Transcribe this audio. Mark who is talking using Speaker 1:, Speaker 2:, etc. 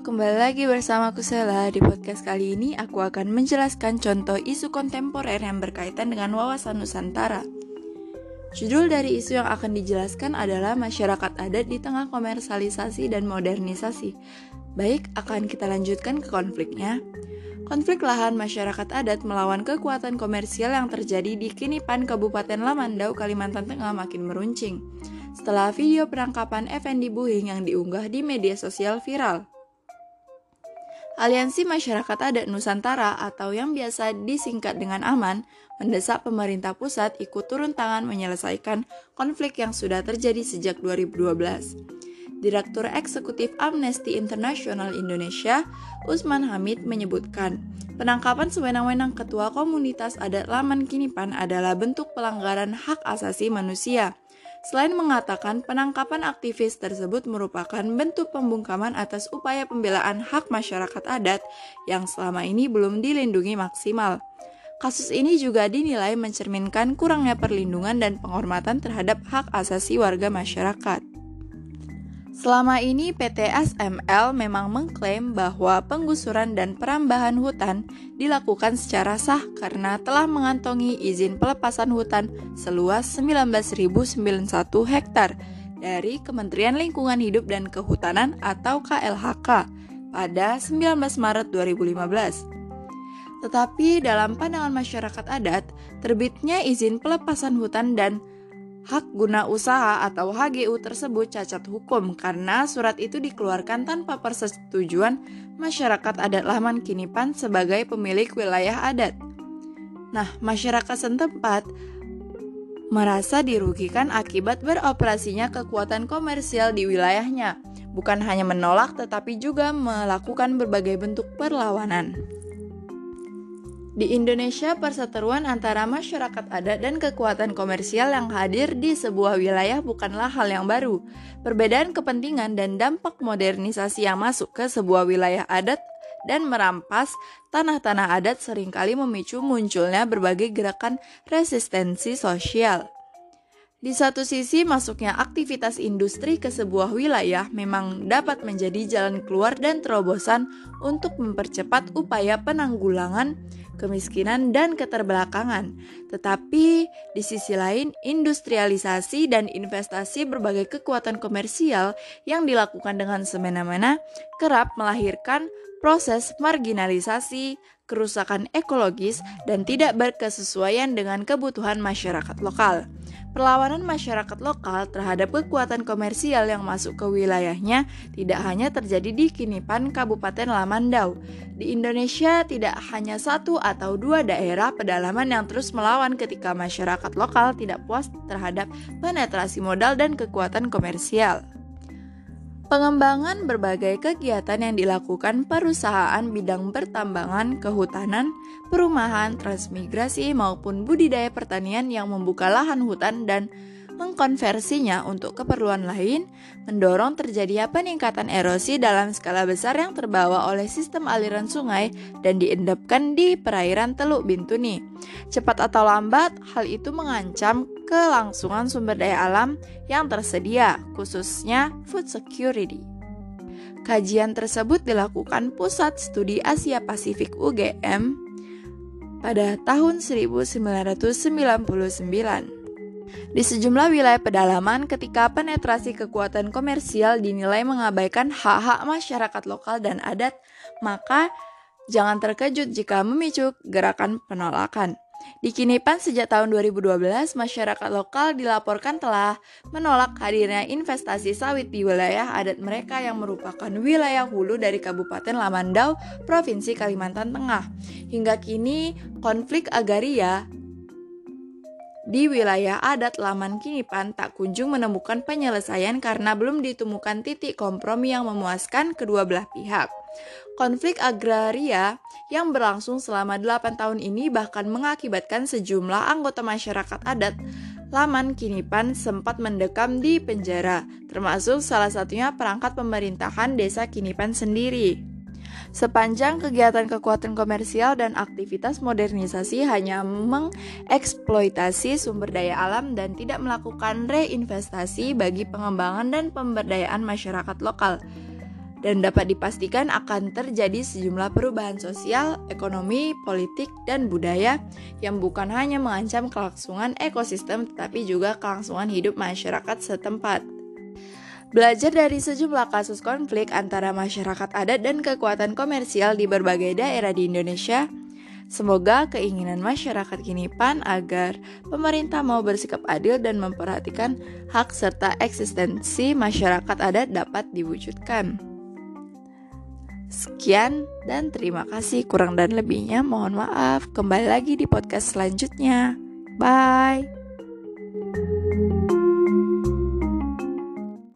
Speaker 1: kembali lagi bersama aku Sela. Di podcast kali ini aku akan menjelaskan contoh isu kontemporer yang berkaitan dengan wawasan Nusantara. Judul dari isu yang akan dijelaskan adalah masyarakat adat di tengah komersialisasi dan modernisasi. Baik, akan kita lanjutkan ke konfliknya. Konflik lahan masyarakat adat melawan kekuatan komersial yang terjadi di Kinipan, Kabupaten Lamandau, Kalimantan Tengah makin meruncing setelah video penangkapan Effendi Buhing yang diunggah di media sosial viral. Aliansi Masyarakat Adat Nusantara atau yang biasa disingkat dengan AMAN mendesak pemerintah pusat ikut turun tangan menyelesaikan konflik yang sudah terjadi sejak 2012. Direktur Eksekutif Amnesty International Indonesia, Usman Hamid, menyebutkan, penangkapan sewenang-wenang Ketua Komunitas Adat Laman Kinipan adalah bentuk pelanggaran hak asasi manusia. Selain mengatakan penangkapan aktivis tersebut merupakan bentuk pembungkaman atas upaya pembelaan hak masyarakat adat yang selama ini belum dilindungi maksimal. Kasus ini juga dinilai mencerminkan kurangnya perlindungan dan penghormatan terhadap hak asasi warga masyarakat. Selama ini PT SML memang mengklaim bahwa penggusuran dan perambahan hutan dilakukan secara sah karena telah mengantongi izin pelepasan hutan seluas 19.091 hektar dari Kementerian Lingkungan Hidup dan Kehutanan atau KLHK pada 19 Maret 2015. Tetapi dalam pandangan masyarakat adat, terbitnya izin pelepasan hutan dan hak guna usaha atau HGU tersebut cacat hukum karena surat itu dikeluarkan tanpa persetujuan masyarakat adat Laman Kinipan sebagai pemilik wilayah adat. Nah, masyarakat setempat merasa dirugikan akibat beroperasinya kekuatan komersial di wilayahnya, bukan hanya menolak tetapi juga melakukan berbagai bentuk perlawanan. Di Indonesia, perseteruan antara masyarakat adat dan kekuatan komersial yang hadir di sebuah wilayah bukanlah hal yang baru. Perbedaan kepentingan dan dampak modernisasi yang masuk ke sebuah wilayah adat dan merampas tanah-tanah adat seringkali memicu munculnya berbagai gerakan resistensi sosial. Di satu sisi, masuknya aktivitas industri ke sebuah wilayah memang dapat menjadi jalan keluar dan terobosan untuk mempercepat upaya penanggulangan kemiskinan dan keterbelakangan. Tetapi di sisi lain, industrialisasi dan investasi berbagai kekuatan komersial yang dilakukan dengan semena-mena kerap melahirkan proses marginalisasi, kerusakan ekologis, dan tidak berkesesuaian dengan kebutuhan masyarakat lokal. Perlawanan masyarakat lokal terhadap kekuatan komersial yang masuk ke wilayahnya tidak hanya terjadi di Kinipan, Kabupaten Lamandau. Di Indonesia tidak hanya satu atau dua daerah pedalaman yang terus melawan ketika masyarakat lokal tidak puas terhadap penetrasi modal dan kekuatan komersial. Pengembangan berbagai kegiatan yang dilakukan perusahaan bidang pertambangan, kehutanan, perumahan, transmigrasi maupun budidaya pertanian yang membuka lahan hutan dan mengkonversinya untuk keperluan lain, mendorong terjadinya peningkatan erosi dalam skala besar yang terbawa oleh sistem aliran sungai dan diendapkan di perairan Teluk Bintuni. Cepat atau lambat, hal itu mengancam kelangsungan sumber daya alam yang tersedia, khususnya food security. Kajian tersebut dilakukan Pusat Studi Asia Pasifik UGM pada tahun 1999. Di sejumlah wilayah pedalaman, ketika penetrasi kekuatan komersial dinilai mengabaikan hak-hak masyarakat lokal dan adat, maka jangan terkejut jika memicu gerakan penolakan. Di Kinipan sejak tahun 2012, masyarakat lokal dilaporkan telah menolak hadirnya investasi sawit di wilayah adat mereka yang merupakan wilayah hulu dari Kabupaten Lamandau, Provinsi Kalimantan Tengah. Hingga kini, konflik agraria di wilayah adat Laman Kinipan tak kunjung menemukan penyelesaian karena belum ditemukan titik kompromi yang memuaskan kedua belah pihak. Konflik agraria yang berlangsung selama 8 tahun ini bahkan mengakibatkan sejumlah anggota masyarakat adat Laman Kinipan sempat mendekam di penjara, termasuk salah satunya perangkat pemerintahan desa Kinipan sendiri. Sepanjang kegiatan kekuatan komersial dan aktivitas modernisasi hanya mengeksploitasi sumber daya alam dan tidak melakukan reinvestasi bagi pengembangan dan pemberdayaan masyarakat lokal. dan dapat dipastikan akan terjadi sejumlah perubahan sosial, ekonomi, politik, dan budaya yang bukan hanya mengancam kelangsungan ekosistem tetapi juga kelangsungan hidup masyarakat setempat. Belajar dari sejumlah kasus konflik antara masyarakat adat dan kekuatan komersial di berbagai daerah di Indonesia, semoga keinginan masyarakat kini PAN agar pemerintah mau bersikap adil dan memperhatikan hak serta eksistensi masyarakat adat dapat diwujudkan. Sekian dan terima kasih, kurang dan lebihnya mohon maaf. Kembali lagi di podcast selanjutnya. Bye.